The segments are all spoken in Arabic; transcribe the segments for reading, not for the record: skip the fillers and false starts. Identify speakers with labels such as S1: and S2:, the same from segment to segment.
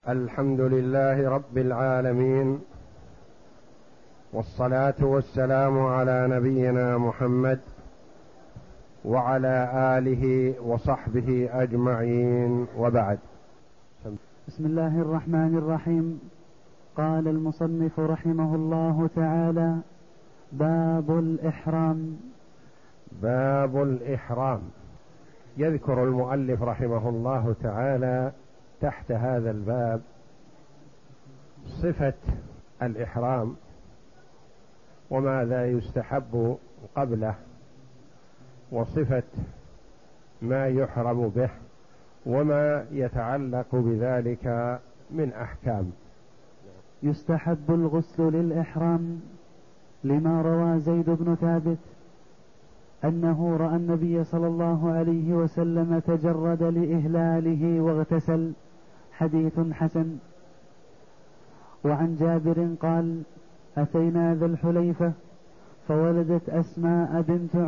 S1: الحمد لله رب العالمين، والصلاة والسلام على نبينا محمد وعلى آله وصحبه أجمعين، وبعد.
S2: بسم الله الرحمن الرحيم. قال المصنف رحمه الله تعالى: باب الإحرام.
S1: باب الإحرام. يذكر المؤلف رحمه الله تعالى تحت هذا الباب صفة الإحرام وماذا يستحب قبله، وصفة ما يحرم به، وما يتعلق بذلك من أحكام.
S2: يستحب الغسل للإحرام لما روى زيد بن ثابت أنه رأى النبي صلى الله عليه وسلم تجرد لإهلاله واغتسل، حديث حسن. وعن جابر قال: أتينا ذا الحليفة فولدت أسماء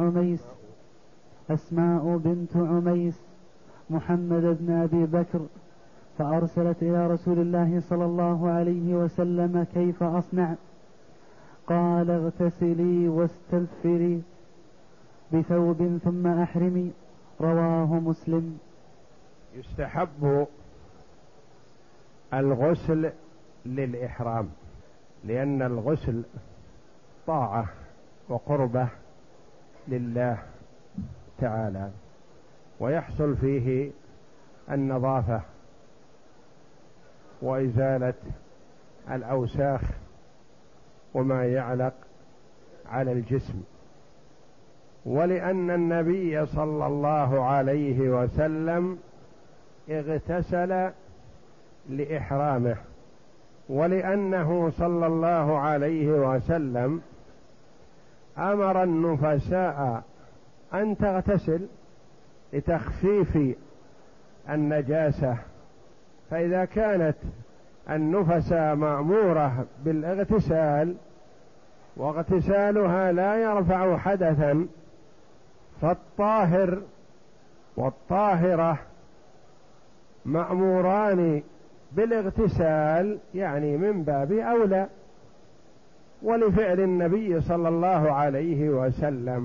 S2: بنت عميس محمد بن أبي بكر، فأرسلت إلى رسول الله صلى الله عليه وسلم: كيف أصنع؟ قال: اغتسلي واستغفري بثوب ثم أحرمي. رواه مسلم.
S1: يستحب الغسل للإحرام، لأن الغسل طاعة وقربة لله تعالى، ويحصل فيه النظافة وإزالة الأوساخ وما يعلق على الجسم، ولأن النبي صلى الله عليه وسلم اغتسل لإحرامه، ولأنه صلى الله عليه وسلم أمر النفساء أن تغتسل لتخفيف النجاسة، فإذا كانت النفساء مأمورة بالاغتسال واغتسالها لا يرفع حدثا، فالطاهر والطاهرة مأموران بالاغتسال، يعني من باب أولى، ولفعل النبي صلى الله عليه وسلم.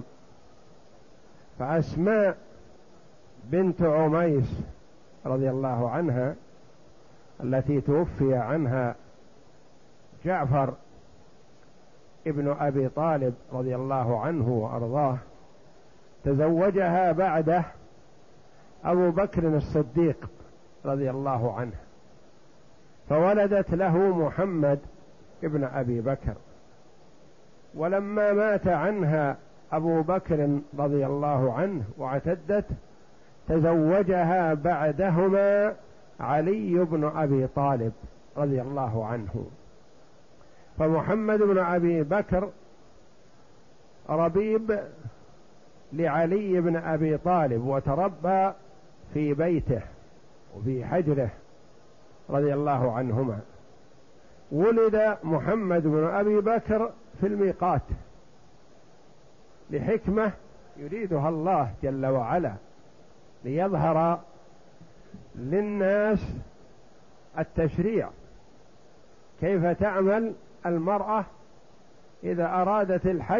S1: فأسماء بنت عميس رضي الله عنها التي توفي عنها جعفر ابن أبي طالب رضي الله عنه وأرضاه، تزوجها بعده أبو بكر الصديق رضي الله عنه، فولدت له محمد ابن أبي بكر. ولما مات عنها أبو بكر رضي الله عنه واعتدت، تزوجها بعدهما علي بن أبي طالب رضي الله عنه. فمحمد بن أبي بكر ربيب لعلي بن أبي طالب، وتربى في بيته وفي حجره رضي الله عنهما. ولد محمد بن أبي بكر في الميقات لحكمة يريدها الله جل وعلا، ليظهر للناس التشريع، كيف تعمل المرأة إذا أرادت الحج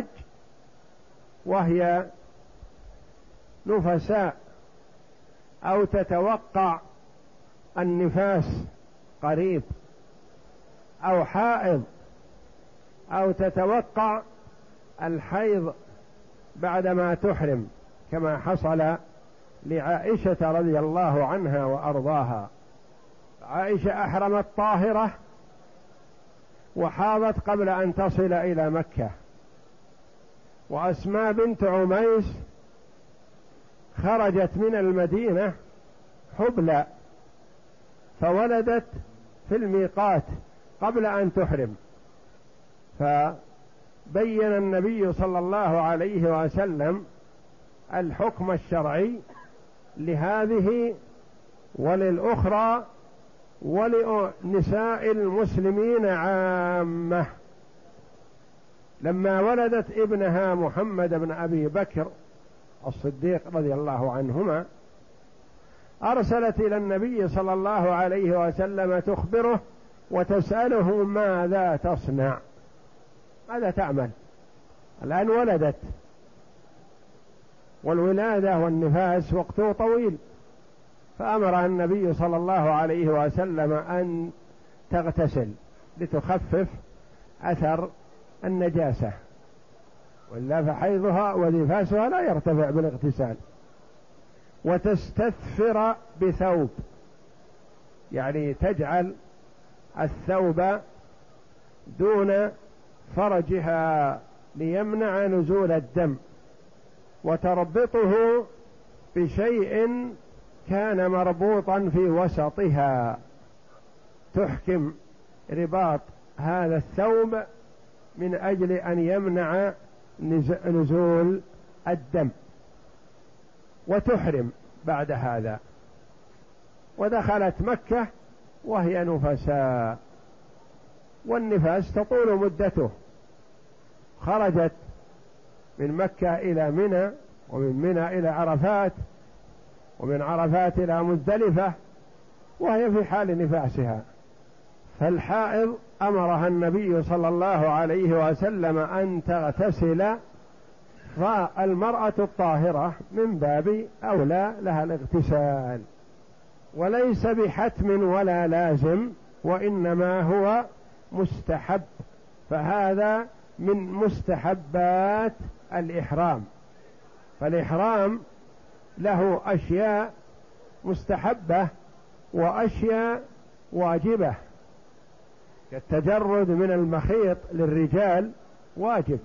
S1: وهي نفساء أو تتوقع النفاس قريب، أو حائض، أو تتوقع الحيض بعدما تحرم، كما حصل لعائشة رضي الله عنها وأرضاها. عائشة أحرمت طاهرة وحاضت قبل أن تصل إلى مكة، وأسماء بنت عميس خرجت من المدينة حبلى، فولدت في الميقات قبل أن تحرم، فبين النبي صلى الله عليه وسلم الحكم الشرعي لهذه وللأخرى ولنساء المسلمين عامة. لما ولدت ابنها محمد بن أبي بكر الصديق رضي الله عنهما، أرسلت إلى النبي صلى الله عليه وسلم تخبره وتسأله ماذا تصنع، ماذا تعمل؟ الآن ولدت، والولادة والنفاس وقته طويل، فأمرها النبي صلى الله عليه وسلم أن تغتسل لتخفف أثر النجاسة، وإلا فحيضها ونفاسها لا يرتفع بالاغتسال، وتستثفر بثوب، يعني تجعل الثوب دون فرجها ليمنع نزول الدم، وتربطه بشيء كان مربوطا في وسطها، تحكم رباط هذا الثوب من أجل أن يمنع نزول الدم، وتحرم بعد هذا. ودخلت مكة وهي نفساء، والنفاس تطول مدته، خرجت من مكة إلى منى، ومن منى إلى عرفات، ومن عرفات إلى مزدلفة، وهي في حال نفاسها. فالحائض أمرها النبي صلى الله عليه وسلم أن تغتسل، فالمرأة الطاهرة من باب أولى لها الاغتسال، وليس بحتم ولا لازم، وإنما هو مستحب، فهذا من مستحبات الإحرام. فالإحرام له أشياء مستحبة وأشياء واجبة، كالتجرد من المخيط للرجال واجب،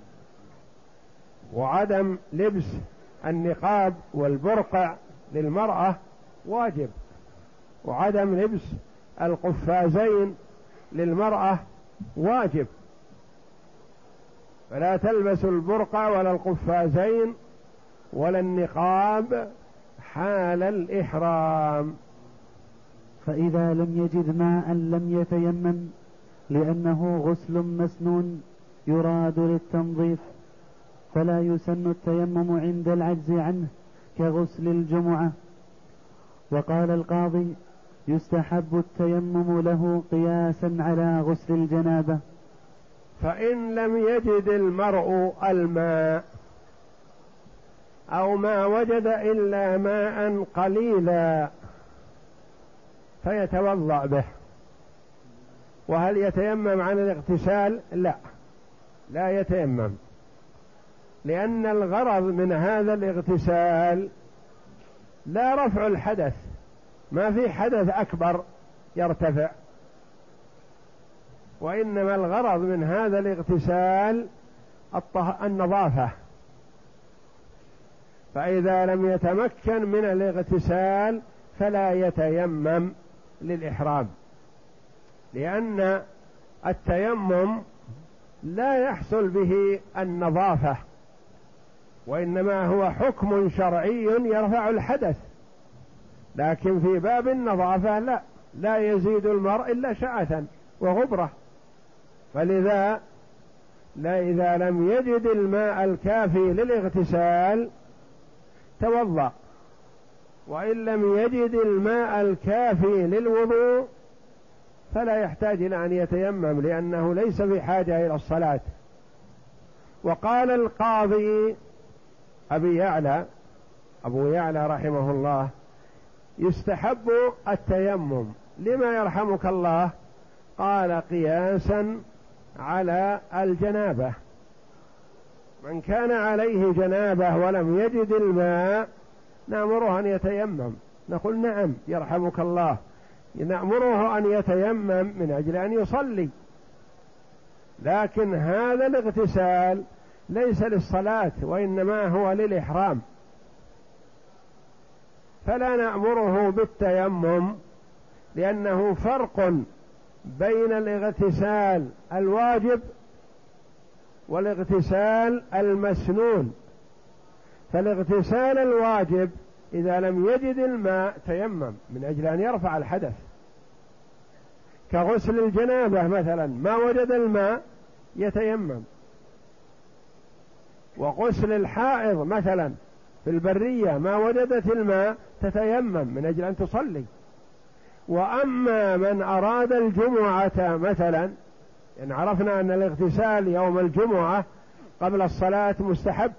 S1: وعدم لبس النقاب والبرقع للمرأة واجب، وعدم لبس القفازين للمرأة واجب، فلا تلبس البرقع ولا القفازين ولا النقاب حال الإحرام.
S2: فإذا لم يجد ماء لم يتيمم، لأنه غسل مسنون يراد للتنظيف، فلا يسن التيمم عند العجز عنه كغسل الجمعة. وقال القاضي: يستحب التيمم له قياسا على غسل الجنابة.
S1: فإن لم يجد المرء الماء أو ما وجد إلا ماء قليلا فيتوضأ به. وهل يتيمم عن الاغتسال؟ لا يتيمم، لأن الغرض من هذا الاغتسال لا رفع الحدث، ما في حدث أكبر يرتفع، وإنما الغرض من هذا الاغتسال النظافة. فإذا لم يتمكن من الاغتسال فلا يتيمم للإحرام، لأن التيمم لا يحصل به النظافة، وإنما هو حكم شرعي يرفع الحدث، لكن في باب النظافة لا يزيد المرء إلا شعثا وغبرة. فلذا إذا لم يجد الماء الكافي للاغتسال توضأ، وإن لم يجد الماء الكافي للوضوء فلا يحتاج إلى أن يتيمم، لأنه ليس في حاجة إلى الصلاة. وقال القاضي أبو يعلى رحمه الله: يستحب التيمم. لما يرحمك الله؟ قال: قياسا على الجنابة، من كان عليه جنابة ولم يجد الماء نأمره أن يتيمم، نقول: نعم يرحمك الله، نأمره أن يتيمم من أجل أن يصلي، لكن هذا الاغتسال ليس للصلاة وإنما هو للإحرام، فلا نأمره بالتيمم، لأنه فرق بين الاغتسال الواجب والاغتسال المسنون. فالاغتسال الواجب إذا لم يجد الماء تيمم من أجل أن يرفع الحدث، كغسل الجنابة مثلا، ما وجد الماء يتيمم. وغسل الحائض مثلا في البرية ما وجدت الماء تتيمم من أجل أن تصلي. وأما من أراد الجمعة مثلا، يعني عرفنا أن الاغتسال يوم الجمعة قبل الصلاة مستحب،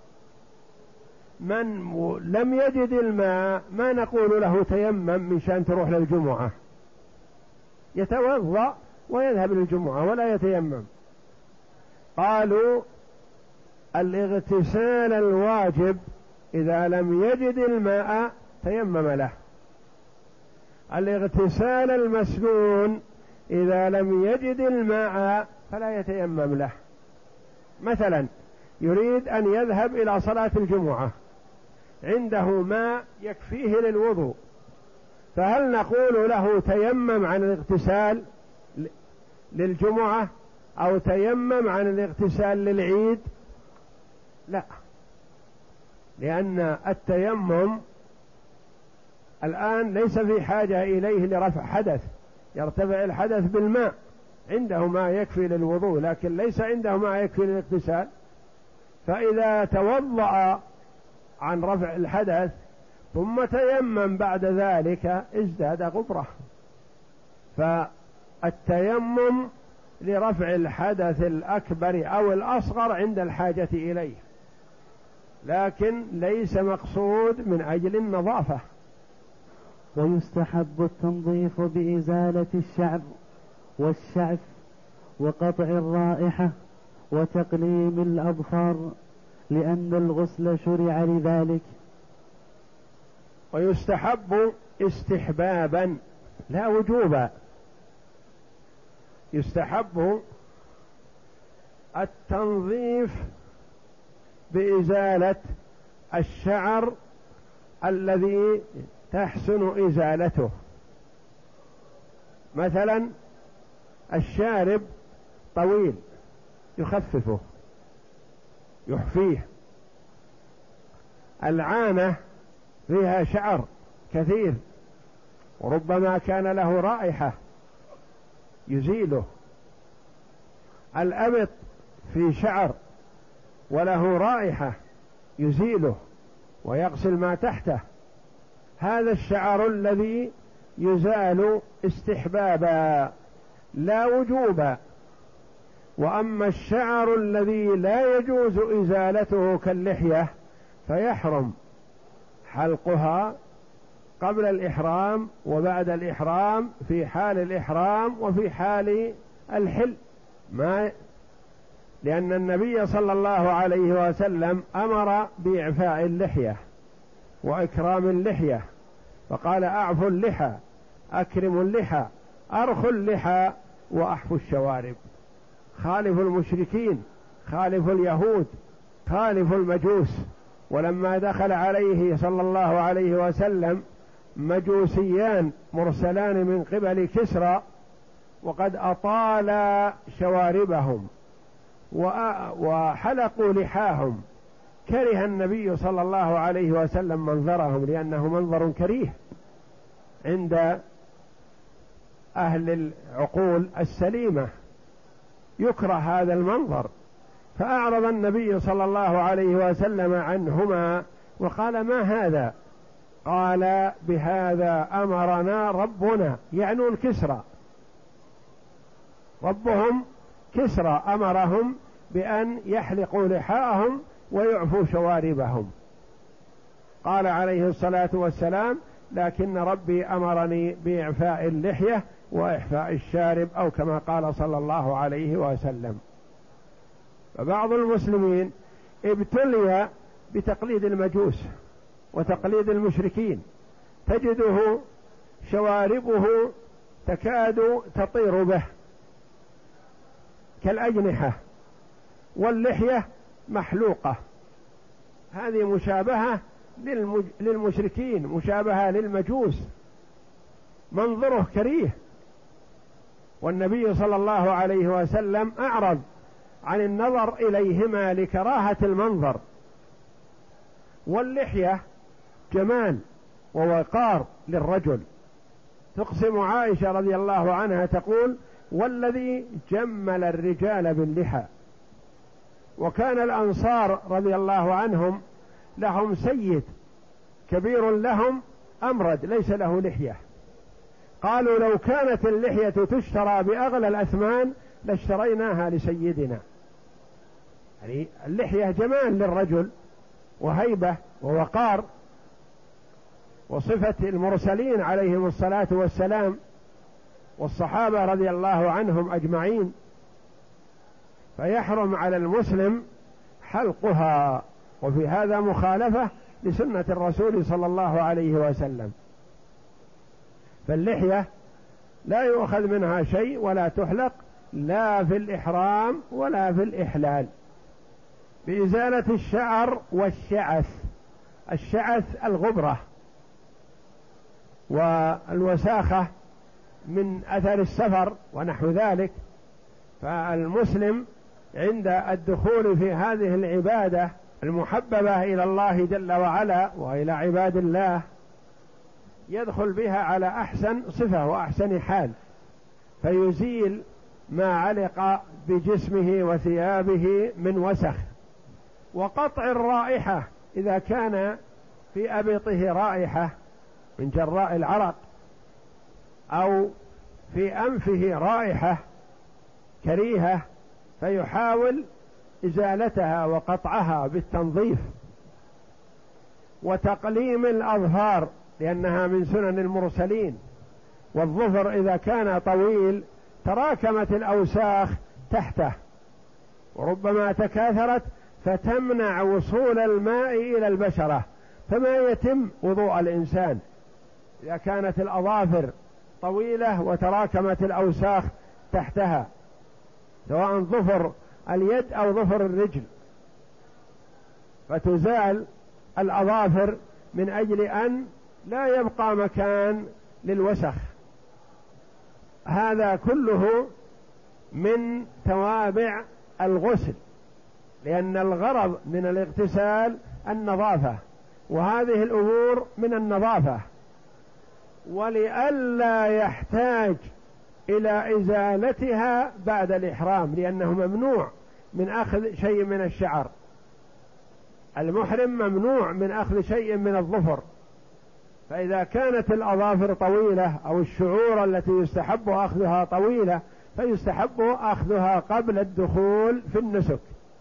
S1: من لم يجد الماء ما نقول له تيمم من شان تروح للجمعة، يتوضأ ويذهب للجمعة ولا يتيمم. قالوا الاغتسال الواجب إذا لم يجد الماء تيمم له، الاغتسال المسنون إذا لم يجد الماء فلا يتيمم له. مثلا يريد أن يذهب إلى صلاة الجمعة، عنده ماء يكفيه للوضوء، فهل نقول له تيمم عن الاغتسال للجمعة أو تيمم عن الاغتسال للعيد؟ لا، لأن التيمم الآن ليس في حاجة إليه لرفع حدث، يرتفع الحدث بالماء، عنده ما يكفي للوضوء لكن ليس عنده ما يكفي للاغتسال، فإذا توضأ عن رفع الحدث ثم تيمم بعد ذلك ازداد غبرة. فالتيمم لرفع الحدث الأكبر أو الأصغر عند الحاجة إليه، لكن ليس مقصود من أجل النظافة.
S2: ويستحب التنظيف بإزالة الشعر والشعث وقطع الرائحة وتقليم الأظفار، لأن الغسل شرع لذلك.
S1: ويستحب استحبابا لا وجوبا، يستحب التنظيف بإزالة الشعر الذي تحسن إزالته. مثلا الشارب طويل يخففه يحفيه، العانة فيها شعر كثير وربما كان له رائحة يزيله، الأبط في شعر وله رائحة يزيله ويغسل ما تحته. هذا الشعر الذي يزال استحبابا لا وجوبا. وأما الشعر الذي لا يجوز إزالته كاللحية فيحرم حلقها قبل الإحرام وبعد الإحرام، في حال الإحرام وفي حال الحل، لأن النبي صلى الله عليه وسلم أمر بإعفاء اللحية وإكرام اللحية، فقال أعفوا اللحى، أكرموا اللحى، أرخوا اللحى، وأحفوا الشوارب. خالفوا المشركين، خالفوا اليهود، خالفوا المجوس. ولما دخل عليه صلى الله عليه وسلم مجوسيان مرسلان من قبل كسرى وقد أطالا شواربهم وحلقوا لحاهم، كره النبي صلى الله عليه وسلم منظرهم، لأنه منظر كريه عند أهل العقول السليمة، يكره هذا المنظر. فأعرض النبي صلى الله عليه وسلم عنهما وقال ما هذا؟ قال بهذا أمرنا ربنا، يعنون كسرى، ربهم كسرى أمرهم بأن يحلقوا لحاءهم ويعفوا شواربهم. قال عليه الصلاة والسلام لكن ربي أمرني بإعفاء اللحية وإحفاء الشارب، أو كما قال صلى الله عليه وسلم. فبعض المسلمين ابتلي بتقليد المجوس وتقليد المشركين، تجده شواربه تكاد تطير به كالأجنحة، واللحية محلوقة. هذه مشابهة للمشركين، مشابهة للمجوس، منظره كريه. والنبي صلى الله عليه وسلم أعرض عن النظر إليهما لكراهة المنظر. واللحية جمال ووقار للرجل. تقسم عائشة رضي الله عنها تقول والذي جمل الرجال باللحى. وكان الأنصار رضي الله عنهم لهم سيد كبير لهم أمرد ليس له لحية، قالوا لو كانت اللحية تشترى بأغلى الأثمان لاشتريناها لسيدنا. يعني اللحية جمال للرجل وهيبة ووقار، وصفة المرسلين عليهم الصلاة والسلام والصحابة رضي الله عنهم أجمعين، فيحرم على المسلم حلقها، وفي هذا مخالفة لسنة الرسول صلى الله عليه وسلم. فاللحية لا يؤخذ منها شيء ولا تحلق لا في الإحرام ولا في الإحلال. بإزالة الشعر والشعث، الشعث الغبرة والوساخة من أثر السفر ونحو ذلك. فالمسلم عند الدخول في هذه العبادة المحببة إلى الله جل وعلا وإلى عباد الله يدخل بها على أحسن صفة وأحسن حال، فيزيل ما علق بجسمه وثيابه من وسخ. وقطع الرائحة إذا كان في أبطه رائحة من جراء العرق أو في أنفه رائحة كريهة فيحاول إزالتها وقطعها بالتنظيف. وتقليم الأظفار لأنها من سنن المرسلين، والظفر إذا كان طويل تراكمت الأوساخ تحته وربما تكاثرت فتمنع وصول الماء إلى البشرة، فما يتم وضوء الإنسان إذا كانت الأظافر طويلة وتراكمت الأوساخ تحتها، سواء ظفر اليد أو ظفر الرجل، فتزال الأظافر من أجل أن لا يبقى مكان للوسخ. هذا كله من توابع الغسل، لأن الغرض من الاغتسال النظافة، وهذه الأمور من النظافة. ولئلا يحتاج إلى إزالتها بعد الإحرام، لأنه ممنوع من أخذ شيء من الشعر، المحرم ممنوع من أخذ شيء من الظفر. فإذا كانت الأظافر طويلة أو الشعور التي يستحب أخذها طويلة فيستحب أخذها قبل الدخول في النسك.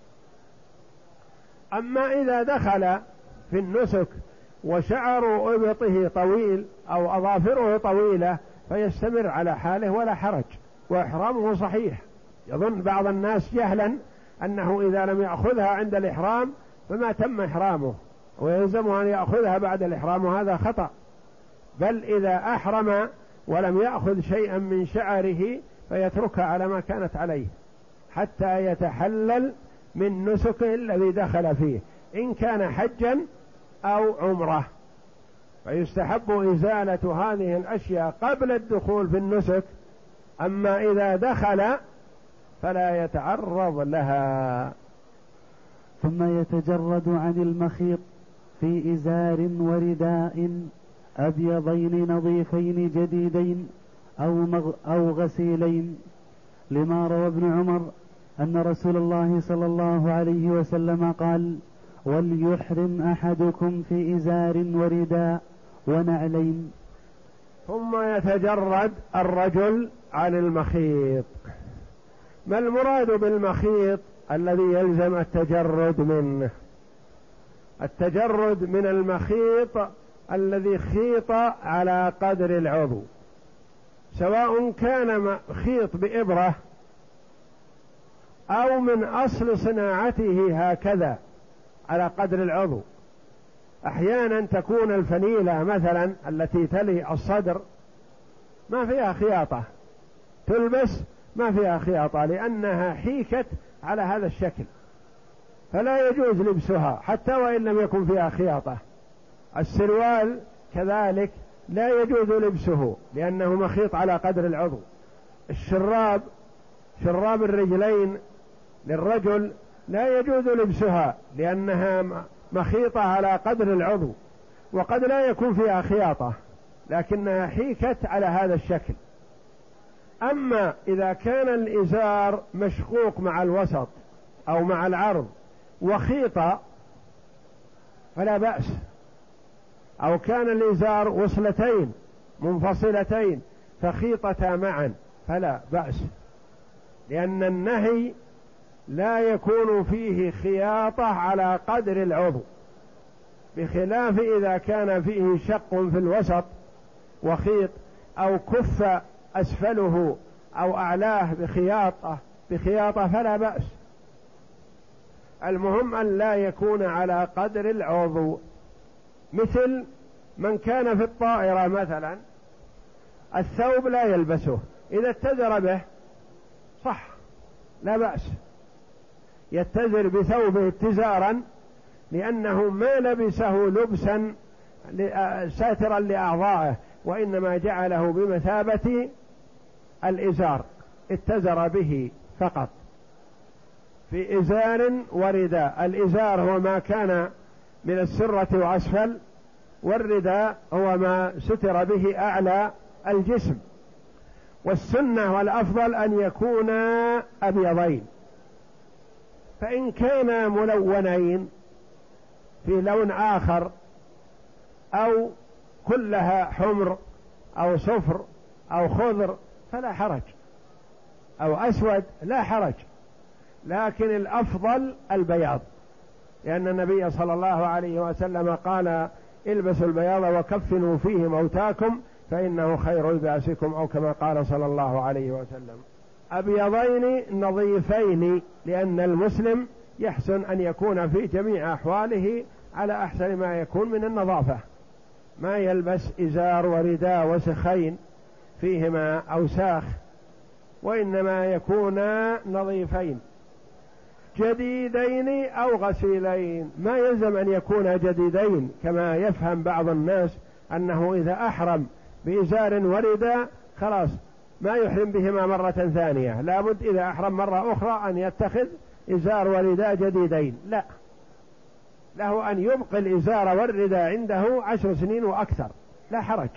S1: أما إذا دخل في النسك وشعر إبطه طويل أو أظافره طويلة فيستمر على حاله ولا حرج، وإحرامه صحيح. يظن بعض الناس جهلا أنه إذا لم يأخذها عند الإحرام فما تم إحرامه ويلزمه أن يأخذها بعد الإحرام، وهذا خطأ. بل إذا أحرم ولم يأخذ شيئا من شعره فيتركها على ما كانت عليه حتى يتحلل من نسكه الذي دخل فيه، إن كان حجا أو عمره. فيستحب إزالة هذه الأشياء قبل الدخول في النسك. أما إذا دخل فلا يتعرض لها.
S2: ثم يتجرد عن المخيط في إزار ورداء أبيضين نظيفين جديدين أو غسيلين، لما روى ابن عمر أن رسول الله صلى الله عليه وسلم قال: وليحرم أحدكم في إزار ورداء ونعلين.
S1: ثم يتجرد الرجل عن المخيط. ما المراد بالمخيط الذي يلزم التجرد منه؟ التجرد من المخيط الذي خيط على قدر العضو، سواء كان خيط بإبرة أو من أصل صناعته هكذا على قدر العضو. أحيانا تكون الفنيلة مثلا التي تلي الصدر ما فيها خياطة، تلبس ما فيها خياطة لأنها حيكت على هذا الشكل، فلا يجوز لبسها حتى وإن لم يكن فيها خياطة. السروال كذلك لا يجوز لبسه لأنه مخيط على قدر العضو. الشراب، شراب الرجلين للرجل لا يجوز لبسها لأنها مخيطة على قدر العضو، وقد لا يكون فيها خياطة لكنها حيكت على هذا الشكل. أما إذا كان الإزار مشقوق مع الوسط أو مع العرض وخيط فلا بأس، أو كان الإزار وصلتين منفصلتين فخيطتا معا فلا بأس، لأن النهي لا يكون فيه خياطة على قدر العضو، بخلاف إذا كان فيه شق في الوسط وخيط، أو كف أسفله أو أعلاه بخياطة فلا بأس. المهم أن لا يكون على قدر العضو، مثل من كان في الطائرة مثلا الثوب لا يلبسه، إذا اتزر به صح لا بأس، يتزر بثوبه اتزارا لأنه ما لبسه لبسا ساترا لأعضائه، وإنما جعله بمثابة الإزار، اتزر به فقط في إزار ورداء. الإزار هو ما كان من السرة وأسفل، والرداء هو ما ستر به أعلى الجسم. والسنة والأفضل أن يكونا أبيضين، فإن كانا ملونين في لون آخر أو كلها حمر أو صفر أو خضر فلا حرج، أو أسود لا حرج، لكن الأفضل البياض، لأن النبي صلى الله عليه وسلم قال: البسوا البياض وكفنوا فيه موتاكم فإنه خير لباسكم، أو كما قال صلى الله عليه وسلم. أبيضين نظيفين، لأن المسلم يحسن أن يكون في جميع أحواله على أحسن ما يكون من النظافة، ما يلبس إزار ورداء وسخين فيهما أوساخ، وإنما يكونا نظيفين جديدين أو غسيلين. ما يلزم أن يكون جديدين كما يفهم بعض الناس أنه إذا أحرم بإزار ورداء خلاص ما يحرم بهما مرة ثانية، لابد إذا أحرم مرة أخرى أن يتخذ إزار ورداء جديدين. لا، له أن يبقي الإزار والرداء عنده 10 سنين وأكثر لا حرج.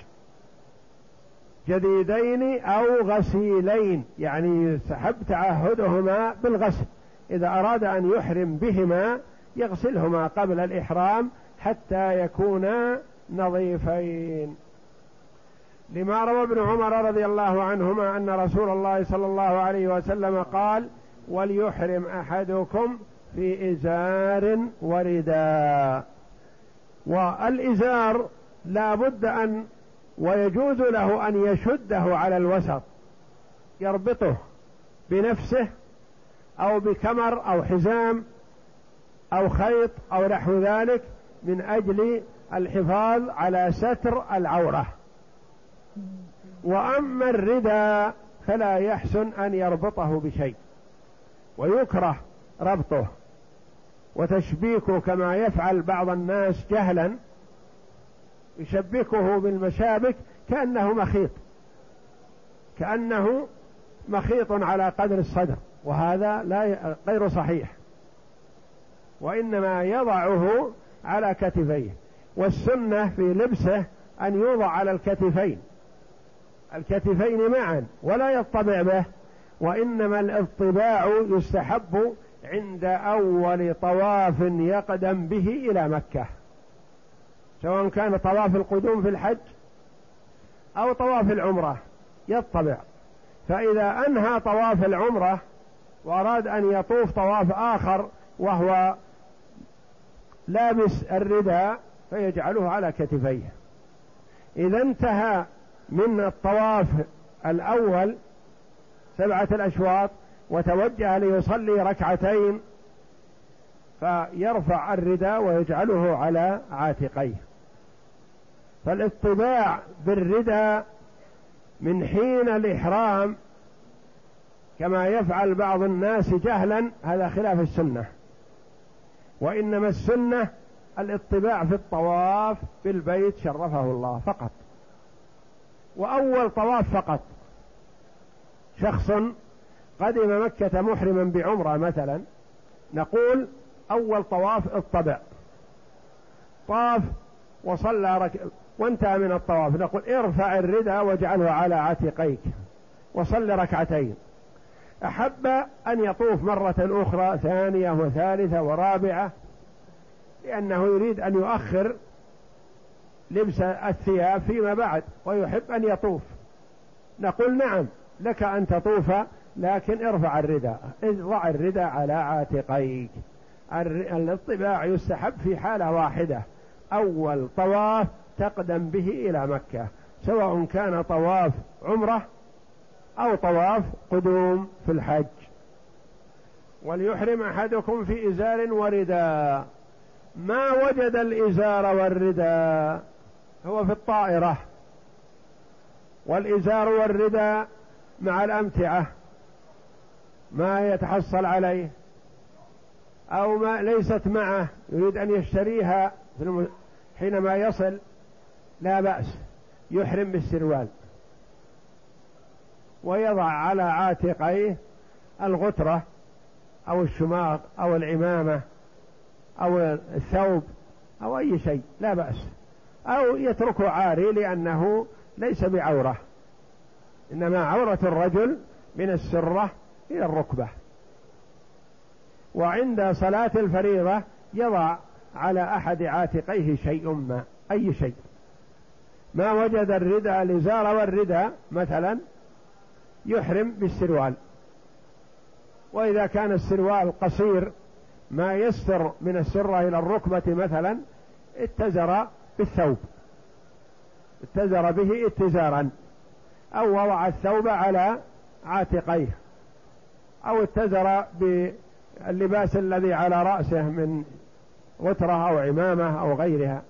S1: جديدين أو غسيلين، يعني يستحب تعهدهما بالغسل، إذا أراد أن يحرم بهما يغسلهما قبل الإحرام حتى يكونا نظيفين. لما روى ابن عمر رضي الله عنهما أن رسول الله صلى الله عليه وسلم قال: وليحرم أحدكم في إزار ورداء. والإزار لا بد أن ويجوز له أن يشده على الوسط، يربطه بنفسه أو بكمر أو حزام أو خيط أو نحو ذلك، من أجل الحفاظ على ستر العورة. وأما الرداء فلا يحسن أن يربطه بشيء، ويكره ربطه وتشبيكه كما يفعل بعض الناس جهلا، يشبكه بالمشابك كأنه مخيط، كأنه مخيط على قدر الصدر، وهذا غير صحيح، وإنما يضعه على كتفيه. والسنة في لبسه أن يوضع على الكتفين معا ولا يطبع به، وإنما الاطباع يستحب عند أول طواف يقدم به إلى مكة، سواء كان طواف القدوم في الحج أو طواف العمرة يطبع. فإذا أنهى طواف العمرة وأراد أن يطوف طواف آخر وهو لابس الرداء فيجعله على كتفيه. إذا انتهى من الطواف الأول 7 الأشواط وتوجه ليصلي ركعتين فيرفع الرداء ويجعله على عاتقيه. فالاطباع بالرداء من حين الإحرام كما يفعل بعض الناس جهلا هذا خلاف السنة، وإنما السنة الاطباع في الطواف بالبيت شرفه الله فقط، وأول طواف فقط. شخص قدم مكة محرما بعمرة مثلا، نقول أول طواف الطبع، طاف وصلى وانتهى من الطواف، نقول ارفع الرداء واجعله على عاتقيك وصل ركعتين. أحب أن يطوف مرة أخرى ثانية وثالثة ورابعة، لأنه يريد أن يؤخر لبس الثياب فيما بعد ويحب أن يطوف، نقول نعم لك أن تطوف، لكن ارفع الرداء، ضع الرداء على عاتقيك. الاطباع يستحب في حالة واحدة، أول طواف تقدم به إلى مكة، سواء كان طواف عمرة أو طواف قدوم في الحج. وليحرم أحدكم في إزار ورداء، ما وجد الإزار والرداء هو في الطائرة، والإزار والرداء مع الأمتعة ما يتحصل عليه، أو ما ليست معه يريد أن يشتريها حينما يصل، لا بأس، يحرم بالسروال ويضع على عاتقيه الغترة أو الشماغ أو العمامة أو الثوب أو أي شيء، لا بأس، أو يتركه عاري لأنه ليس بعورة، إنما عورة الرجل من السرة إلى الركبة. وعند صلاة الفريضة يضع على أحد عاتقيه شيء ما، أي شيء، ما وجد الرداء الإزار والرداء مثلا يحرم بالسروال، وإذا كان السروال قصير ما يستر من السرة إلى الركبة مثلا اتزر بالثوب، اتزر به اتزارا، أو وضع الثوب على عاتقيه، أو اتزر باللباس الذي على رأسه من غترة أو عمامة أو غيرها.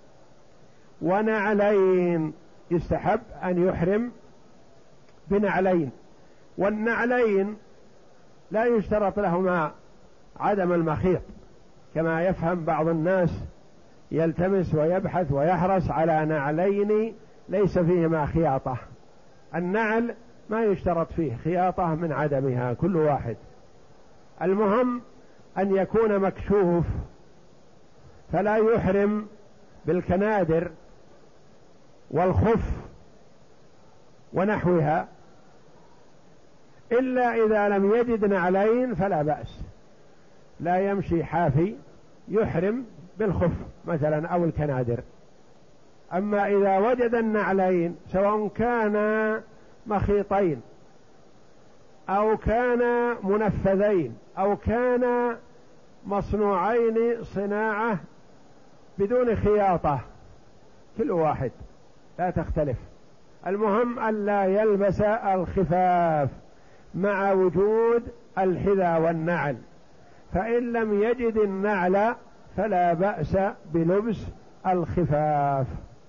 S1: ونعلين، يستحب أن يحرم بنعلين، والنعلين لا يشترط لهما عدم المخيط كما يفهم بعض الناس، يلتمس ويبحث ويحرص على نعلين ليس فيهما خياطة. النعل ما يشترط فيه خياطة من عدمها كل واحد، المهم أن يكون مكشوف، فلا يحرم بالكنادر والخف ونحوها، إلا إذا لم يجد نعلين فلا بأس، لا يمشي حافي، يحرم بالخف مثلا أو الكنادر. أما إذا وجد النعلين سواء كانا مخيطين أو كانا منفذين أو كانا مصنوعين صناعة بدون خياطة، كل واحد لا تختلف، المهم ألا يلبس الخفاف مع وجود الحذاء والنعل، فإن لم يجد النعل فلا بأس بلبس الخفاف.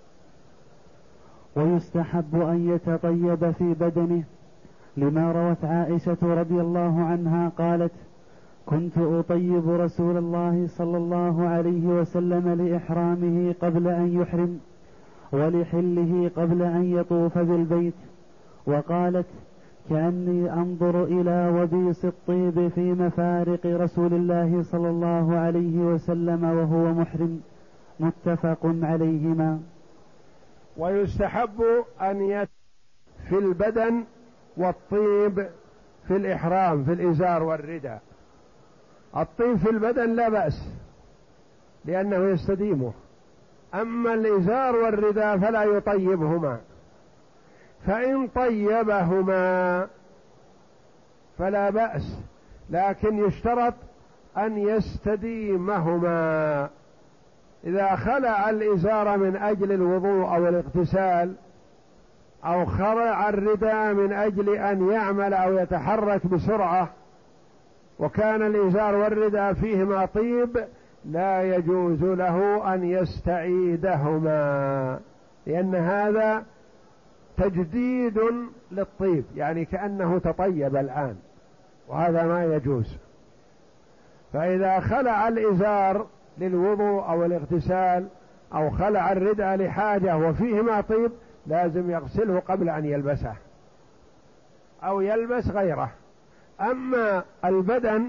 S2: ويستحب أن يتطيب في بدنه، لما روت عائشة رضي الله عنها قالت: كنت أطيب رسول الله صلى الله عليه وسلم لإحرامه قبل أن يحرم، ولحله قبل أن يطوف بالبيت. وقالت: كأني أنظر إلى وبيص الطيب في مفارق رسول الله صلى الله عليه وسلم وهو محرم. متفق عليهما.
S1: ويستحب أن في البدن والطيب في الإحرام في الإزار والرداء. الطيب في البدن لا بأس لأنه يستديمه، أما الإزار والرداء فلا يطيبهما، فإن طيبهما فلا بأس، لكن يشترط أن يستديمهما. إذا خلع الإزار من أجل الوضوء أو الاغتسال، أو خلع الرداء من أجل أن يعمل أو يتحرك بسرعة، وكان الإزار والرداء فيهما طيب، لا يجوز له أن يستعيدهما، لأن هذا تجديد للطيب، يعني كأنه تطيب الآن، وهذا ما يجوز. فإذا خلع الإزار للوضوء أو الاغتسال أو خلع الرداء لحاجة وفيهما طيب، لازم يغسله قبل أن يلبسه أو يلبس غيره. أما البدن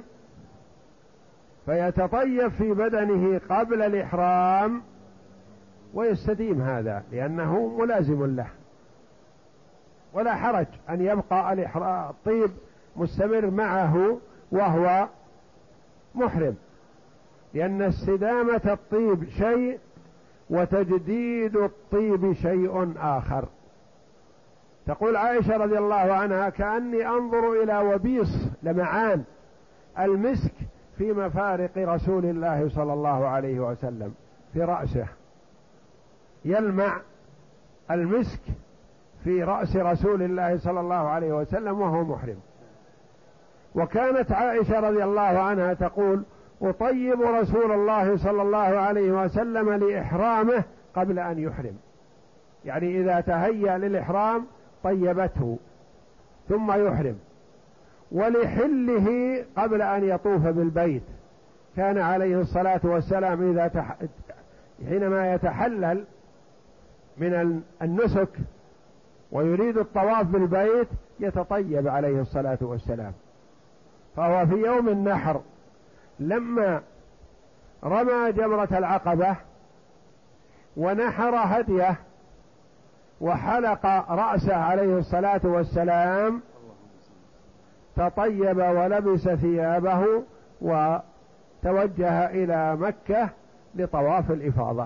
S1: فيتطيب في بدنه قبل الإحرام ويستديم هذا لأنه ملازم له، ولا حرج أن يبقى الطيب مستمر معه وهو محرم، لأن استدامة الطيب شيء وتجديد الطيب شيء آخر. تقول عائشة رضي الله عنها: كأني أنظر إلى وبيص لمعان المسك في مفارق رسول الله صلى الله عليه وسلم في رأسه، يلمع المسك في رأس رسول الله صلى الله عليه وسلم وهو محرم. وكانت عائشة رضي الله عنها تقول: أطيب رسول الله صلى الله عليه وسلم لإحرامه قبل أن يحرم، يعني إذا تهيأ للإحرام طيبته ثم يحرم، ولحله قبل أن يطوف بالبيت. كان عليه الصلاة والسلام حينما يتحلل من النسك ويريد الطواف بالبيت يتطيب عليه الصلاة والسلام. فهو في يوم النحر لما رمى جمرة العقبة ونحر هديه وحلق رأسه عليه الصلاة والسلام تطيب ولبس ثيابه وتوجه إلى مكة لطواف الإفاضة،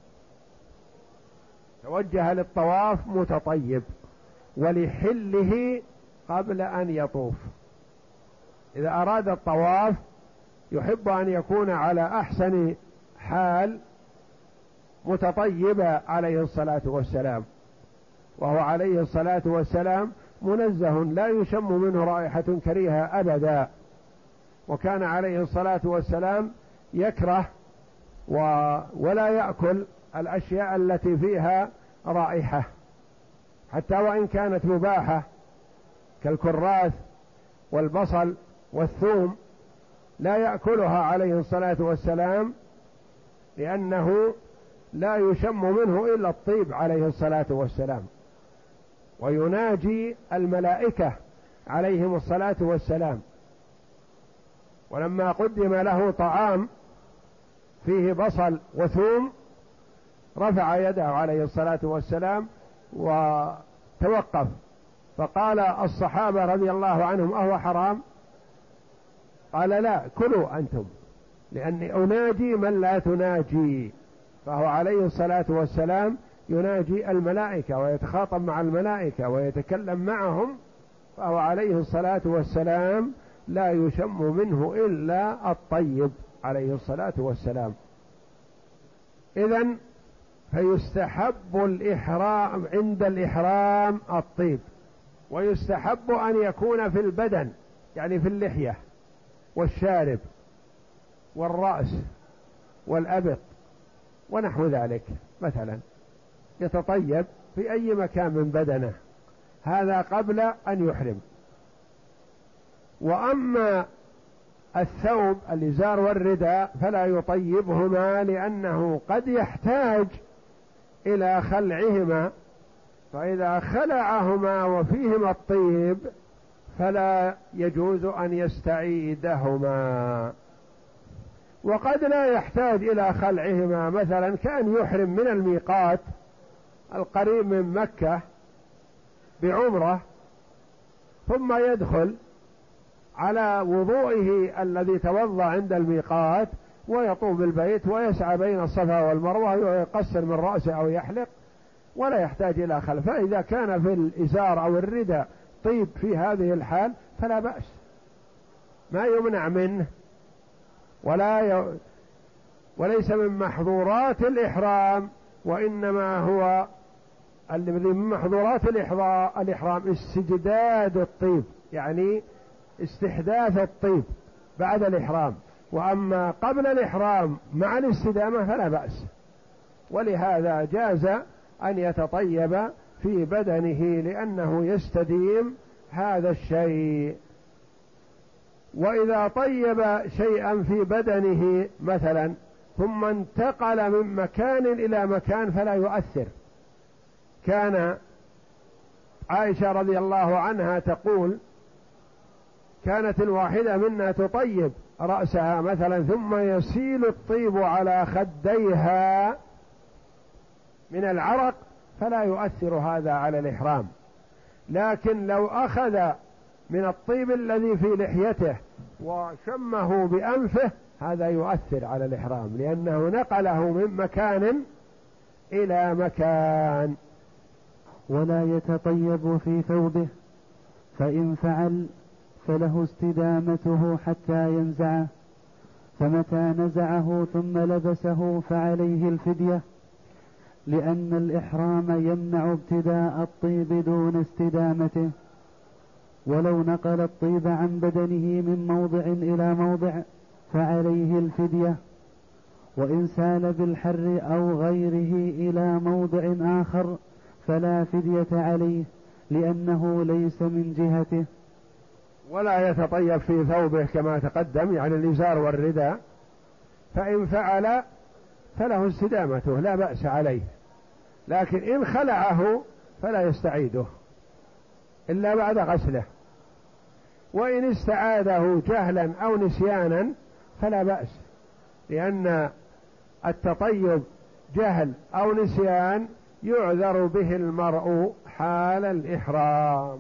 S1: توجه للطواف متطيب ولحله قبل أن يطوف. إذا أراد الطواف يحب أن يكون على أحسن حال متطيبا عليه الصلاة والسلام، وهو عليه الصلاة والسلام منزه لا يشم منه رائحة كريهة أبدا. وكان عليه الصلاة والسلام يكره ولا يأكل الأشياء التي فيها رائحة حتى وإن كانت مباحة كالكراث والبصل والثوم، لا يأكلها عليه الصلاة والسلام لأنه لا يشم منه إلا الطيب عليه الصلاة والسلام. ويناجي الملائكة عليهم الصلاة والسلام، ولما قدم له طعام فيه بصل وثوم رفع يده عليه الصلاة والسلام وتوقف، فقال الصحابة رضي الله عنهم: أهو حرام؟ قال: لا، كلوا أنتم، لأني أناجي من لا تناجي. فهو عليه الصلاة والسلام يناجي الملائكة ويتخاطب مع الملائكة ويتكلم معهم، فهو عليه الصلاة والسلام لا يشم منه إلا الطيب عليه الصلاة والسلام. إذن فيستحب الإحرام عند الإحرام الطيب، ويستحب أن يكون في البدن، يعني في اللحية والشارب والرأس والأبط ونحو ذلك، مثلا يتطيب في أي مكان من بدنه، هذا قبل أن يحرم. وأما الثوب الإزار والرداء فلا يطيبهما، لأنه قد يحتاج إلى خلعهما، فإذا خلعهما وفيهما الطيب فلا يجوز أن يستعيدهما. وقد لا يحتاج إلى خلعهما، مثلا كان يحرم من الميقات القريب من مكة بعمرة ثم يدخل على وضوئه الذي توضأ عند الميقات ويطوف بالبيت ويسعى بين الصفا والمروة ويقصر من رأسه أو يحلق ولا يحتاج إلى خلع. فإذا كان في الإزار أو الرداء طيب في هذه الحال فلا بأس، ما يمنع منه وليس من محظورات الإحرام، وإنما هو الذي من محظورات الإحرام استجداد الطيب، يعني استحداث الطيب بعد الإحرام. وأما قبل الإحرام مع الاستدامة فلا بأس، ولهذا جاز أن يتطيب في بدنه لأنه يستديم هذا الشيء. وإذا طيب شيئا في بدنه مثلا ثم انتقل من مكان إلى مكان فلا يؤثر. كان عائشة رضي الله عنها تقول: كانت الواحدة منا تطيب رأسها مثلا ثم يسيل الطيب على خديها من العرق فلا يؤثر هذا على الإحرام. لكن لو أخذ من الطيب الذي في لحيته وشمه بأنفه هذا يؤثر على الإحرام، لأنه نقله من مكان إلى مكان.
S2: ولا يتطيب في ثوبه، فإن فعل فله استدامته حتى ينزعه، فمتى نزعه ثم لبسه فعليه الفدية، لأن الإحرام يمنع ابتداء الطيب دون استدامته. ولو نقل الطيب عن بدنه من موضع إلى موضع فعليه الفدية، وإن سال بالحر أو غيره إلى موضع آخر فلا فدية عليه، لأنه ليس من جهته.
S1: ولا يتطيب في ثوبه كما تقدم، يعني الإزار والرداء، فإن فعل فله استدامته لا بأس عليه، لكن إن خلعه فلا يستعيده إلا بعد غسله، وإن استعاده جهلا أو نسيانا فلا بأس، لأن التطيب جهل أو نسيان يعذر به المرء حال الإحرام.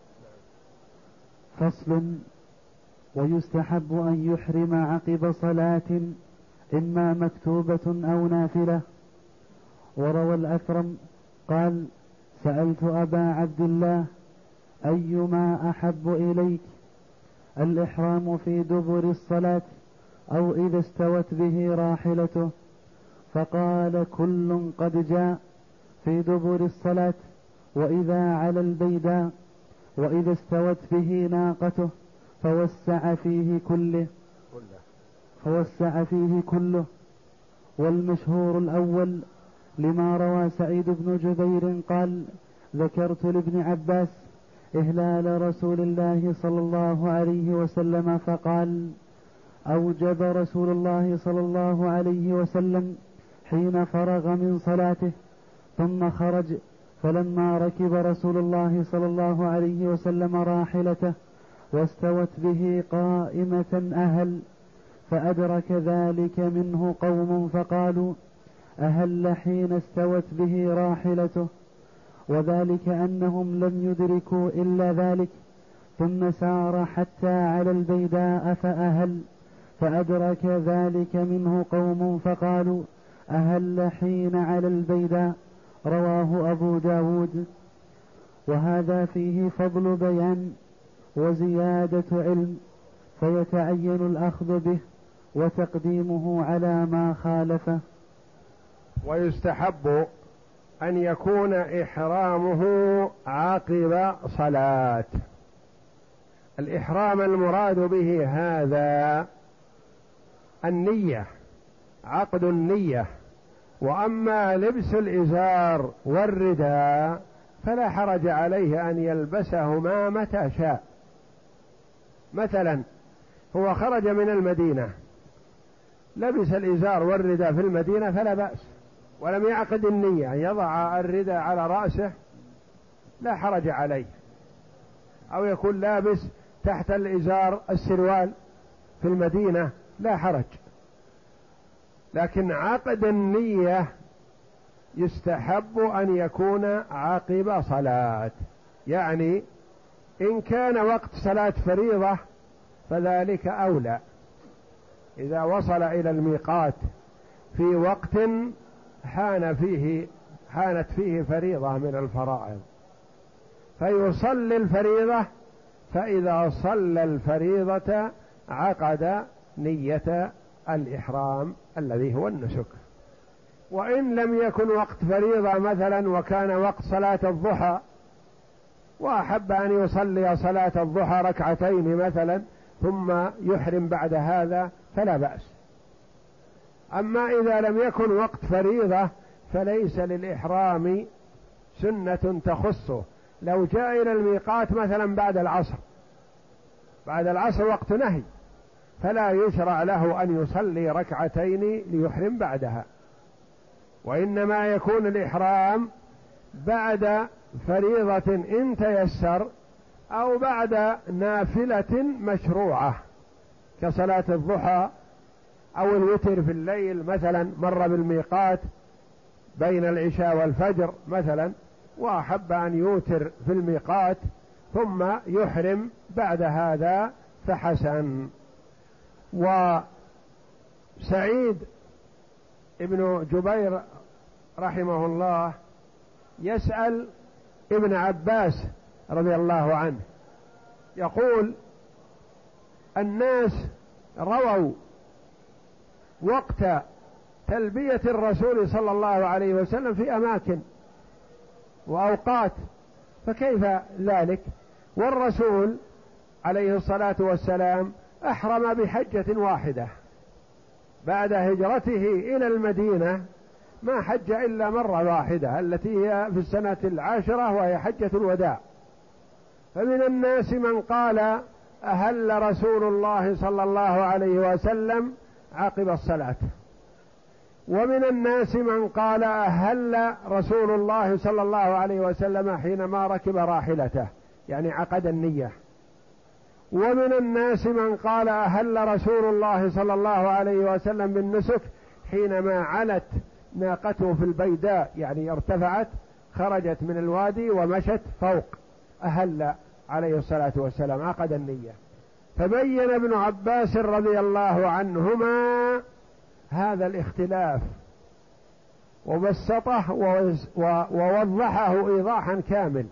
S2: فصل. ويستحب أن يحرم عقب صلاة إما مكتوبة أو نافلة. وروى الأثرم قال: سألت أبا عبد الله أيما أحب إليك، الإحرام في دبر الصلاة أو إذا استوت به راحلته؟ فقال: كل قد جاء في دبر الصلاة، وإذا على البيداء، وإذا استوت به ناقته فوسع فيه كله. والمشهور الأول، لما روى سعيد بن جبير قال: ذكرت لابن عباس إهلال رسول الله صلى الله عليه وسلم فقال: أوجب رسول الله صلى الله عليه وسلم حين فرغ من صلاته ثم خرج، فلما ركب رسول الله صلى الله عليه وسلم راحلته واستوت به قائمة أهل، فأدرك ذلك منه قوم فقالوا: أهل حين استوت به راحلته، وذلك أنهم لم يدركوا إلا ذلك، ثم سار حتى على البيداء فأهل، فأدرك ذلك منه قوم فقالوا: أهل حين على البيداء. رواه أبو داود. وهذا فيه فضل بيان وزيادة علم، فيتعين الأخذ به وتقديمه على ما خالفه.
S1: ويستحب أن يكون إحرامه عقب صلاة. الإحرام المراد به هذا النية، عقد النية. وأما لبس الإزار والرداء فلا حرج عليه أن يلبسهما متى شاء. مثلا هو خرج من المدينة لبس الإزار والرداء في المدينة فلا بأس، ولم يعقد النية أن يضع الرداء على رأسه لا حرج عليه، أو يكون لابس تحت الإزار السروال في المدينة لا حرج. لكن عقد النية يستحب أن يكون عقب صلاة، يعني إن كان وقت صلاة فريضة فذلك أولى، إذا وصل إلى الميقات في وقت حانت فيه فريضة من الفرائض فيصلي الفريضة، فإذا صلى الفريضة عقد نية الإحرام الذي هو النسك. وإن لم يكن وقت فريضة مثلا وكان وقت صلاة الضحى وأحب أن يصلي صلاة الضحى ركعتين مثلا ثم يحرم بعد هذا فلا بأس. أما إذا لم يكن وقت فريضة فليس للإحرام سنة تخصه. لو جاء إلى الميقات مثلا بعد العصر وقت نهي فلا يشرع له أن يصلي ركعتين ليحرم بعدها، وإنما يكون الإحرام بعد فريضة إن تيسر أو بعد نافلة مشروعة كصلاة الضحى أو الوتر في الليل مثلا، مر بالميقات بين العشاء والفجر مثلا وأحب أن يوتر في الميقات ثم يحرم بعد هذا فحسن. وسعيد ابن جبير رحمه الله يسأل ابن عباس رضي الله عنه يقول: الناس رووا وقت تلبية الرسول صلى الله عليه وسلم في أماكن وأوقات، فكيف ذلك والرسول عليه الصلاة والسلام أحرم بحجة واحدة بعد هجرته إلى المدينة، ما حج إلا مرة واحدة التي هي في السنة 10 وهي حجة الوداع. فمن الناس من قال أهل رسول الله صلى الله عليه وسلم عقب الصلاة، ومن الناس من قال أهل رسول الله صلى الله عليه وسلم حينما ركب راحلته، يعني عقد النية. ومن الناس من قال أهل رسول الله صلى الله عليه وسلم بالنسك حينما علت ناقته في البيداء، يعني ارتفعت خرجت من الوادي ومشت فوق، أهل عليه الصلاة والسلام عقد النية. فبين ابن عباس رضي الله عنهما هذا الاختلاف وبسطه ووضحه إيضاحا كامل،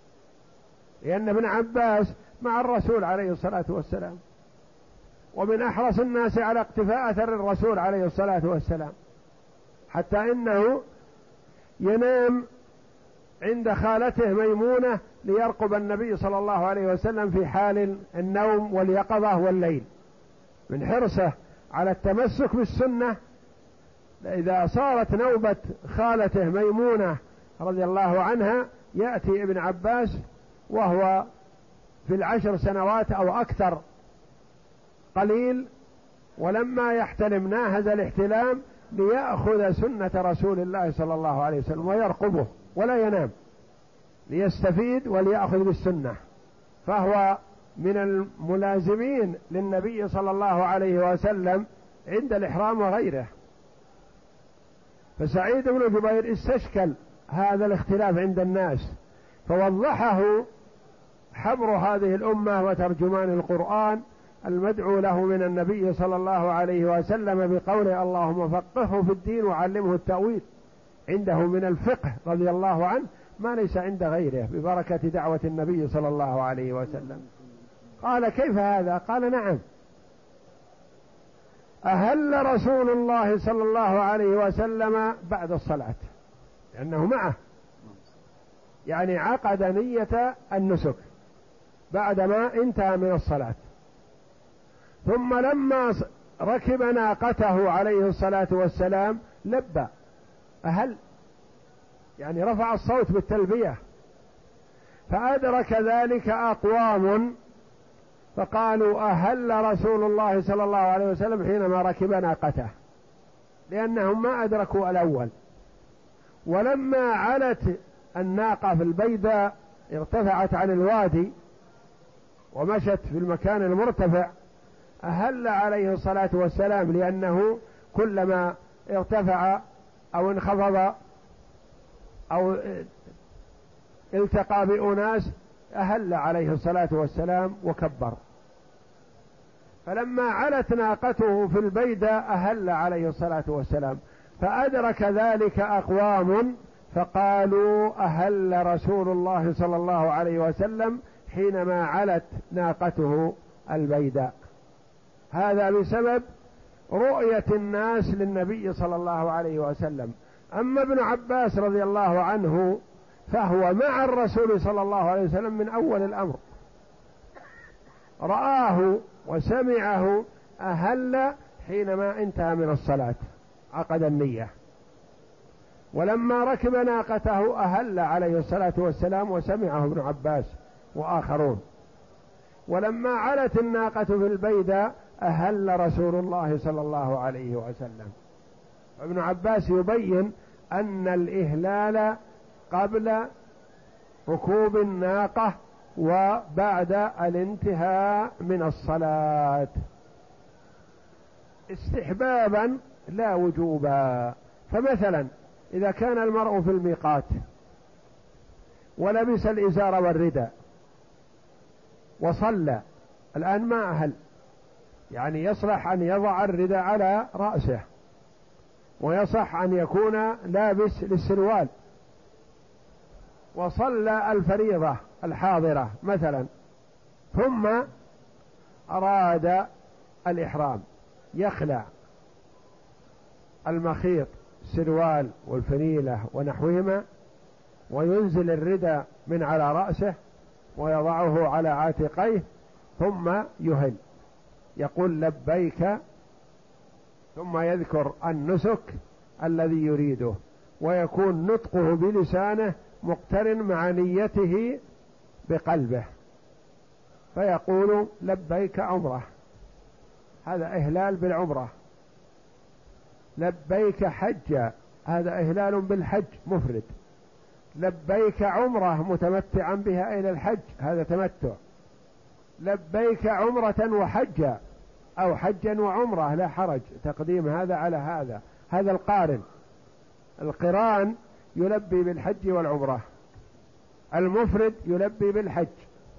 S1: لأن ابن عباس مع الرسول عليه الصلاة والسلام، ومن أحرص الناس على اقتفاء أثر الرسول عليه الصلاة والسلام، حتى إنه ينام عند خالته ميمونة ليرقب النبي صلى الله عليه وسلم في حال النوم واليقظة والليل، من حرصه على التمسك بالسنة. إذا صارت نوبة خالته ميمونة رضي الله عنها يأتي ابن عباس وهو في 10 سنوات أو أكثر قليل، ولما يحتلم ناهز الاحتلام ليأخذ سنة رسول الله صلى الله عليه وسلم ويرقبه ولا ينام، ليستفيد وليأخذ بالسنة، فهو من الملازمين للنبي صلى الله عليه وسلم عند الإحرام وغيره. فسعيد بن جبير استشكل هذا الاختلاف عند الناس، فوضحه حبر هذه الأمة وترجمان القرآن المدعو له من النبي صلى الله عليه وسلم بقوله: اللهم فقهه في الدين وعلمه التأويل. عنده من الفقه رضي الله عنه ما ليس عند غيره ببركة دعوة النبي صلى الله عليه وسلم. قال: كيف هذا؟ قال: نعم، أهل رسول الله صلى الله عليه وسلم بعد الصلاة، لأنه معه، يعني عقد نية النسك بعدما انتهى من الصلاة، ثم لما ركب ناقته عليه الصلاة والسلام لبى، أهل يعني رفع الصوت بالتلبية، فأدرك ذلك أقوام فقالوا: أهل رسول الله صلى الله عليه وسلم حينما ركب ناقته، لأنهم ما أدركوا الأول. ولما علت الناقة في البيداء ارتفعت عن الوادي ومشت في المكان المرتفع، أهل عليه الصلاة والسلام، لأنه كلما ارتفع أو انخفض أو التقى بأناس أهل عليه الصلاة والسلام وكبر. فلما علت ناقته في البيداء أهل عليه الصلاة والسلام، فأدرك ذلك أقوام فقالوا: أهل رسول الله صلى الله عليه وسلم حينما علت ناقته البيداء. هذا بسبب رؤية الناس للنبي صلى الله عليه وسلم. أما ابن عباس رضي الله عنه فهو مع الرسول صلى الله عليه وسلم من أول الأمر، رآه وسمعه أهل حينما انتهى من الصلاة عقد النية، ولما ركب ناقته أهل عليه الصلاة والسلام وسمعه ابن عباس وآخرون، ولما علت الناقة في البيداء أهل رسول الله صلى الله عليه وسلم. ابن عباس يبين أن الإهلال قبل ركوب الناقة وبعد الانتهاء من الصلاة، استحبابا لا وجوبا. فمثلا إذا كان المرء في الميقات ولبس الإزار والرداء وصلى، الآن ما أهل، يعني يصلح أن يضع الرداء على رأسه، ويصح أن يكون لابس للسروال، وصلى الفريضة الحاضرة مثلا، ثم أراد الإحرام، يخلع المخيط السروال والفنيلة ونحوهما، وينزل الرداء من على رأسه ويضعه على عاتقيه، ثم يهل يقول لبيك، ثم يذكر النسك الذي يريده، ويكون نطقه بلسانه مقترن مع نيته بقلبه، فيقول لبيك عمره، هذا إهلال بالعمرة. لبيك حجا، هذا إهلال بالحج مفرد. لبيك عمره متمتعا بها إلى الحج، هذا تمتع. لبيك عمرة وحجا، أو حجا وعمرة، لا حرج تقديم هذا على هذا، هذا القارن. القران يلبي بالحج والعمرة، المفرد يلبي بالحج،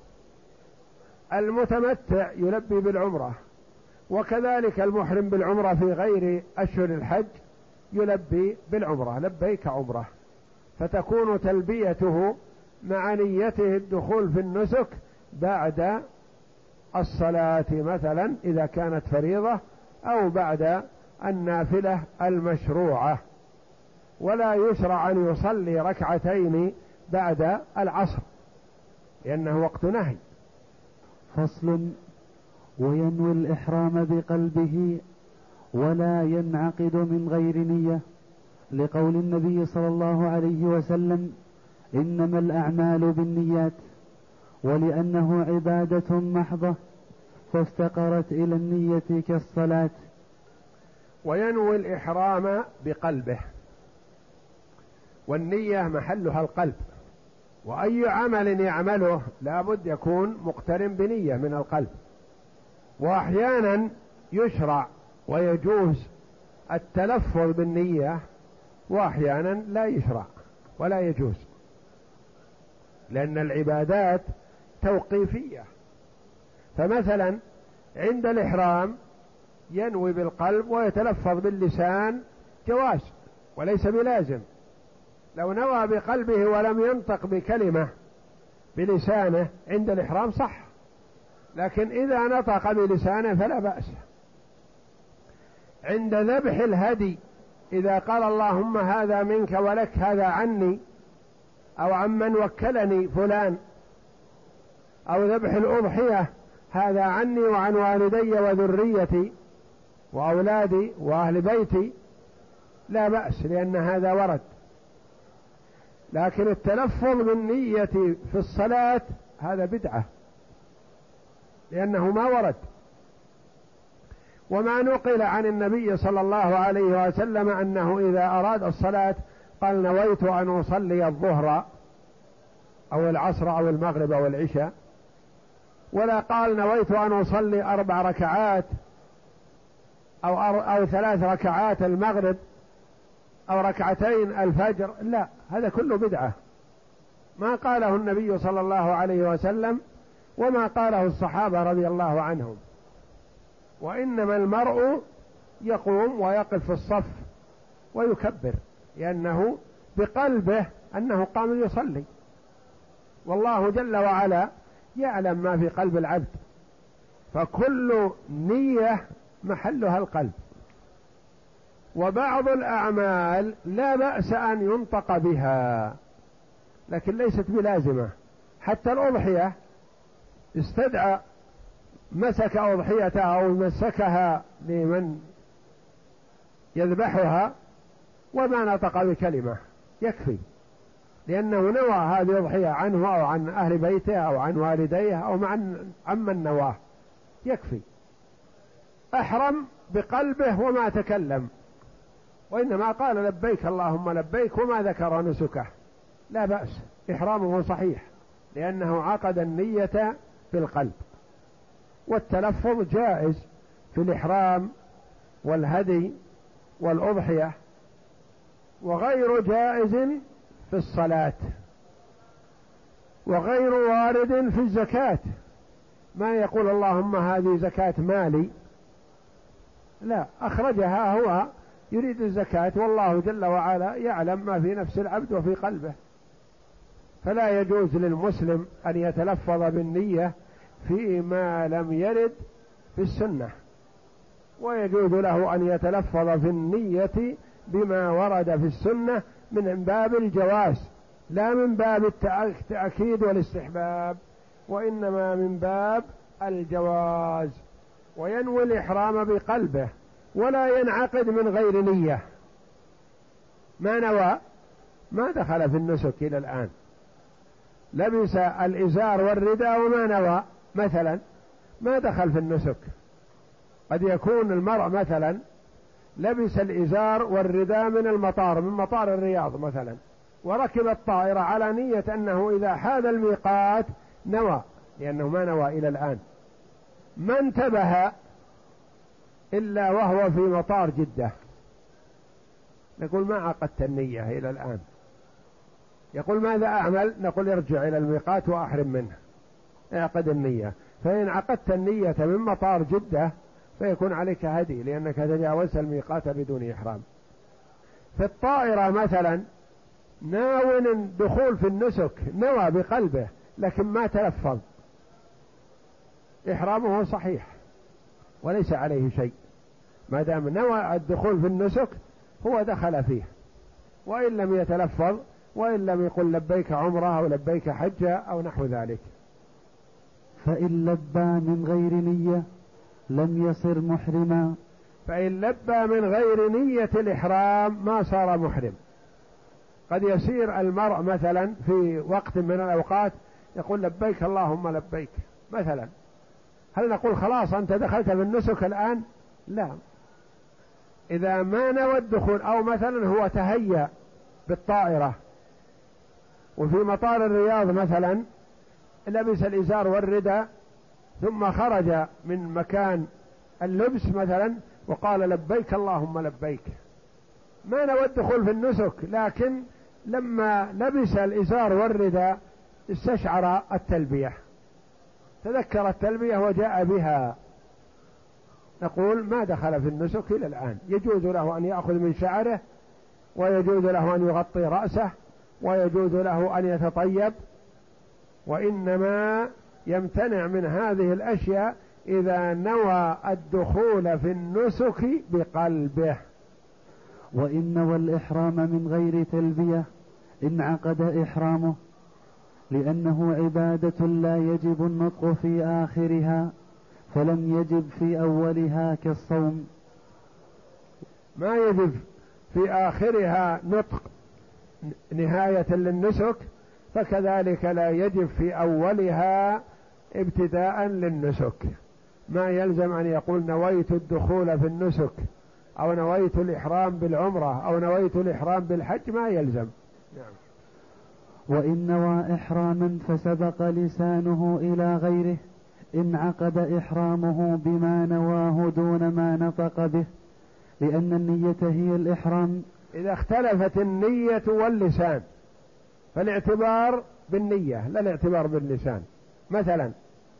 S1: المتمتع يلبي بالعمرة، وكذلك المحرم بالعمرة في غير أشهر الحج يلبي بالعمرة، لبيك عمرة، فتكون تلبيته مع نيته الدخول في النسك بعد الصلاة مثلا إذا كانت فريضة، أو بعد النافلة المشروعة. ولا يشرع أن يصلي ركعتين بعد العصر لأنه وقت نهي.
S2: فصل: وينوي الإحرام بقلبه ولا ينعقد من غير نية، لقول النبي صلى الله عليه وسلم: إنما الأعمال بالنيات، ولأنه عبادة محضة فافتقرت إلى النية كالصلاة.
S1: وينوي الإحرام بقلبه، والنية محلها القلب، وأي عمل يعمله لا بد يكون مقترن بنية من القلب. وأحيانا يشرع ويجوز التلفظ بالنية، وأحيانا لا يشرع ولا يجوز، لأن العبادات توقيفية. فمثلا عند الإحرام ينوي بالقلب ويتلفظ باللسان جواز وليس بلازم. لو نوى بقلبه ولم ينطق بكلمة بلسانه عند الإحرام صح، لكن إذا نطق بلسانه فلا بأس. عند ذبح الهدي إذا قال اللهم هذا منك ولك، هذا عني أو عمن وكلني فلان، أو ذبح الأضحية هذا عني وعن والدي وذريتي وأولادي وأهل بيتي، لا بأس لأن هذا ورد. لكن التلفظ بالنية في الصلاة هذا بدعة لأنه ما ورد. وما نقل عن النبي صلى الله عليه وسلم أنه إذا أراد الصلاة قال نويت أن أصلي الظهر أو العصر أو المغرب أو العشاء، ولا قال نويت أن أصلي 4 ركعات أو 3 ركعات المغرب أو 2 ركعتين الفجر، لا، هذا كله بدعة، ما قاله النبي صلى الله عليه وسلم وما قاله الصحابة رضي الله عنهم. وإنما المرء يقوم ويقف في الصف ويكبر لأنه بقلبه أنه قام يصلي، والله جل وعلا يعلم ما في قلب العبد، فكل نية محلها القلب. وبعض الأعمال لا بأس أن ينطق بها لكن ليست بلازمة. حتى الأضحية استدعى مسك أضحيته أو مسكها لمن يذبحها وما نطق بكلمة يكفي، لأنه نوى هذه أضحية عنه أو عن أهل بيته أو عن والديه أو عمن نواه، يكفي. أحرم بقلبه وما تكلم، وإنما قال لبيك اللهم لبيك وما ذكر نسكه، لا بأس، إحرامه صحيح لأنه عقد النية في القلب. والتلفظ جائز في الإحرام والهدي والأضحية، وغير جائز في الصلاة، وغير وارد في الزكاة، ما يقول اللهم هذه زكاة مالي، لا، أخرجها هو يريد الزكاة، والله جل وعلا يعلم ما في نفس العبد وفي قلبه. فلا يجوز للمسلم أن يتلفظ بالنية فيما لم يرد في السنة، ويجوز له أن يتلفظ في النية بما ورد في السنة من باب الجواز، لا من باب التأكيد والاستحباب، وإنما من باب الجواز. وينوي الإحرام بقلبه ولا ينعقد من غير نية. ما نوى ما دخل في النسك إلى الآن، لبس الإزار والرداء وما نوى مثلا ما دخل في النسك. قد يكون المرء مثلا لبس الإزار والرداء من المطار، من مطار الرياض مثلا، وركب الطائرة على نية أنه إذا حاذ الميقات نوى، لأنه ما نوى إلى الآن. ما انتبه إلا وهو في مطار جدة، نقول ما عقدت النية إلى الآن. يقول ماذا أعمل؟ نقول ارجع إلى الميقات وأحرم منه، اعقد النية. فإن عقدت النية من مطار جدة فيكون عليك هدي، لأنك تجاوزت الميقات بدون إحرام. في الطائرة مثلا ناوٍ دخول في النسك، نوى بقلبه لكن ما تلفظ، إحرامه صحيح وليس عليه شيء، ما دام نوى الدخول في النسك هو دخل فيه، وإن لم يتلفظ، وإن لم يقل لبيك عمره أو لبيك حجة أو نحو ذلك.
S2: فإن لبى من غير نية لم يصر محرما.
S1: فإن لبى من غير نية الإحرام ما صار محرم. قد يسير المرء مثلا في وقت من الأوقات يقول لبيك اللهم لبيك مثلا، هل نقول خلاص أنت دخلت في النسك الآن؟ لا، إذا ما نوى الدخول، أو مثلا هو تهيأ بالطائرة وفي مطار الرياض مثلا لبس الإزار والرداء ثم خرج من مكان اللبس مثلا وقال لبيك اللهم لبيك، ما نوى الدخول في النسك، لكن لما لبس الإزار والرداء استشعر التلبية، تذكر التلبية وجاء بها، نقول ما دخل في النسك إلى الآن. يجوز له أن يأخذ من شعره، ويجوز له أن يغطي رأسه، ويجوز له أن يتطيب، وإنما يمتنع من هذه الأشياء إذا نوى الدخول في النسك بقلبه.
S2: وإن نوى الإحرام من غير تلبية انعقد إحرامه، لأنه عبادة لا يجب النطق في آخرها، فلم يجب في أولها كالصوم.
S1: ما يجب في آخرها نطق نهاية للنسك، فكذلك لا يجب في أولها ابتداء للنسك. ما يلزم أن يقول نويت الدخول في النسك، أو نويت الإحرام بالعمرة، أو نويت الإحرام بالحج، ما يلزم. نعم.
S2: وإن نوى إحراما فسبق لسانه إلى غيره انعقد إحرامه بما نواه دون ما نطق به، لأن النية هي الإحرام.
S1: إذا اختلفت النية واللسان فالاعتبار بالنية لا الاعتبار باللسان. مثلا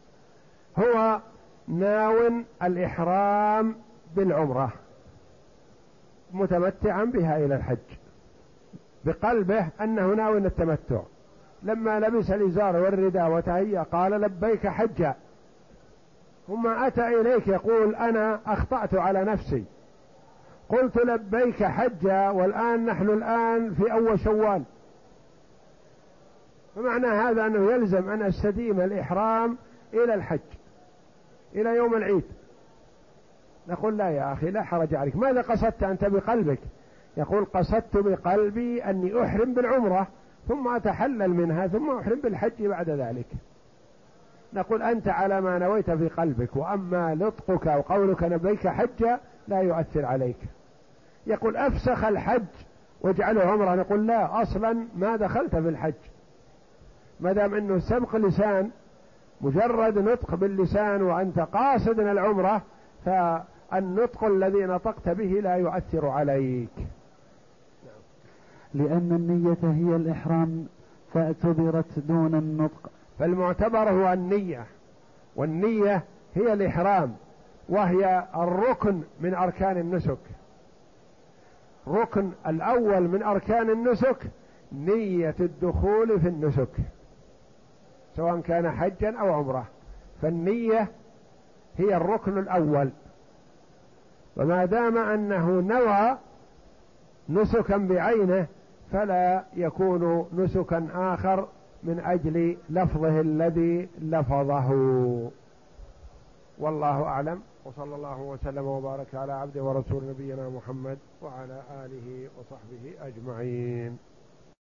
S1: هو ناو الإحرام بالعمرة متمتعا بها إلى الحج، بقلبه أنه ناو التمتع، لما لبس الإزار والرداء وتهيأ قال لبيك حجا، ثم أتى إليك يقول أنا أخطأت على نفسي، قلت لبيك حجا، والآن نحن الآن في أول شوال، فمعنى هذا أنه يلزم أن أستديم الإحرام إلى الحج، إلى يوم العيد. نقول لا يا أخي لا حرج عليك، ماذا قصدت أنت بقلبك؟ يقول قصدت بقلبي أني أحرم بالعمرة ثم أتحلل منها ثم أحرم بالحج بعد ذلك. نقول أنت على ما نويت في قلبك، وأما نطقك أو قولك لبيك حجا لا يؤثر عليك. يقول أفسخ الحج واجعله عمره، نقول لا، أصلا ما دخلت في الحج، ما دام أنه سبق لسان، مجرد نطق باللسان وأنت قاصد العمرة، فالنطق الذي نطقت به لا يؤثر عليك.
S2: لأن النية هي الإحرام فاعتبرت دون النطق.
S1: فالمعتبر هو النية، والنية هي الإحرام، وهي الركن من أركان النسك. ركن الأول من أركان النسك نية الدخول في النسك، سواء كان حجا أو عمره، فالنية هي الركن الأول. وما دام أنه نوى نسكا بعينه فلا يكون نسكا آخر من أجل لفظه الذي لفظه. والله أعلم، وصلى الله وسلم وبارك على عبده ورسول نبينا محمد وعلى آله وصحبه أجمعين.